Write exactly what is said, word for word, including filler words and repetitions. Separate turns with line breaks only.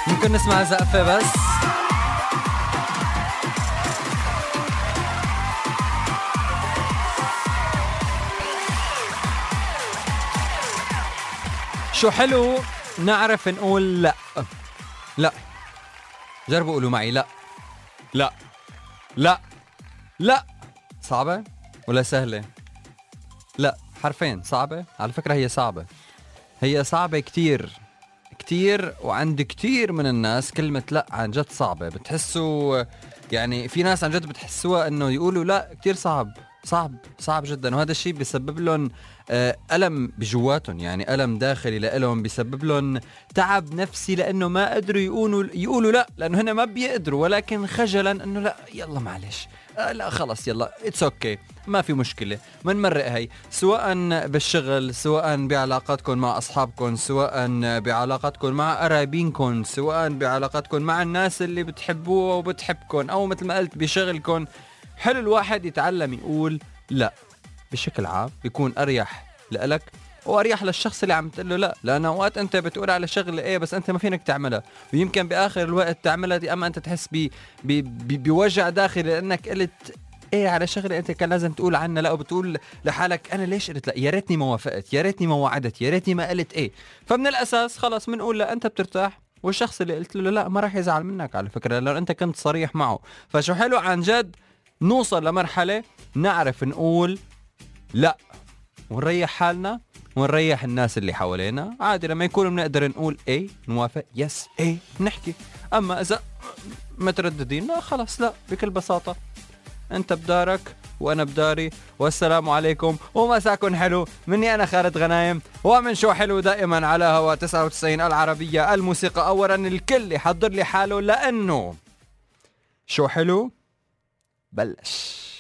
ممكن نسمع زقفة بس. شو حلو نعرف نقول لا. لا، جربوا قولوا معي لا لا لا لا. صعبة ولا سهلة؟ لا، حرفين صعبة. على فكرة هي صعبة، هي صعبة كتير كتير، وعند كتير من الناس كلمة لا عن جد صعبة. بتحسوا يعني في ناس عن جد بتحسوها انه يقولوا لا كتير صعب صعب صعب جدا، وهذا الشيء بيسبب لهم ألم بجواتهم، يعني ألم داخلي لهم، بيسبب لهم تعب نفسي لأنه ما قدروا يقولوا يقولوا لا، لأنه هنا ما بيقدروا، ولكن خجلا أنه لا يلا معلش آه لا خلص يلا اتس اوكي ما في مشكلة. منمرق هي سواء بالشغل، سواء بعلاقاتكم مع أصحابكم، سواء بعلاقاتكم مع قرايبينكم، سواء بعلاقاتكم مع الناس اللي بتحبوها وبتحبكم، أو مثل ما قلت بشغلكم. حلو الواحد يتعلم يقول لا بشكل عام، بيكون أريح لإلك وأريح للشخص اللي عم تقول له لا، لأنه وقت أنت بتقول على شغلة إيه بس أنت ما فينك تعملها، ويمكن بآخر الوقت تعملها دي، أما أنت تحس بي بي بي بوجع داخلي لأنك قلت إيه على شغلة أنت كان لازم تقول عنها لا، وبتقول لحالك أنا ليش قلت لا، يا ريتني ما وافقت، يا ريتني ما وعدت، يا ريتني ما قلت إيه. فمن الأساس خلاص بنقول لا، أنت بترتاح والشخص اللي قلت له لا ما راح يزعل منك على فكرة، لأن أنت كنت صريح معه. فشو حلو عن جد نوصل لمرحلة نعرف نقول لا، ونريح حالنا ونريح الناس اللي حوالينا. عادي لما يكون بنقدر نقول ايه نوافق، يس ايه نحكي. اما اذا مترددين لا خلاص لا، بكل بساطة انت بدارك وانا بداري، والسلام عليكم ومساكن حلو. مني انا خالد غنايم، ومن شو حلو دائما على هوا تسعة وتسعين العربية الموسيقى. اولا الكل يحضر لي حاله لانه شو حلو بلش.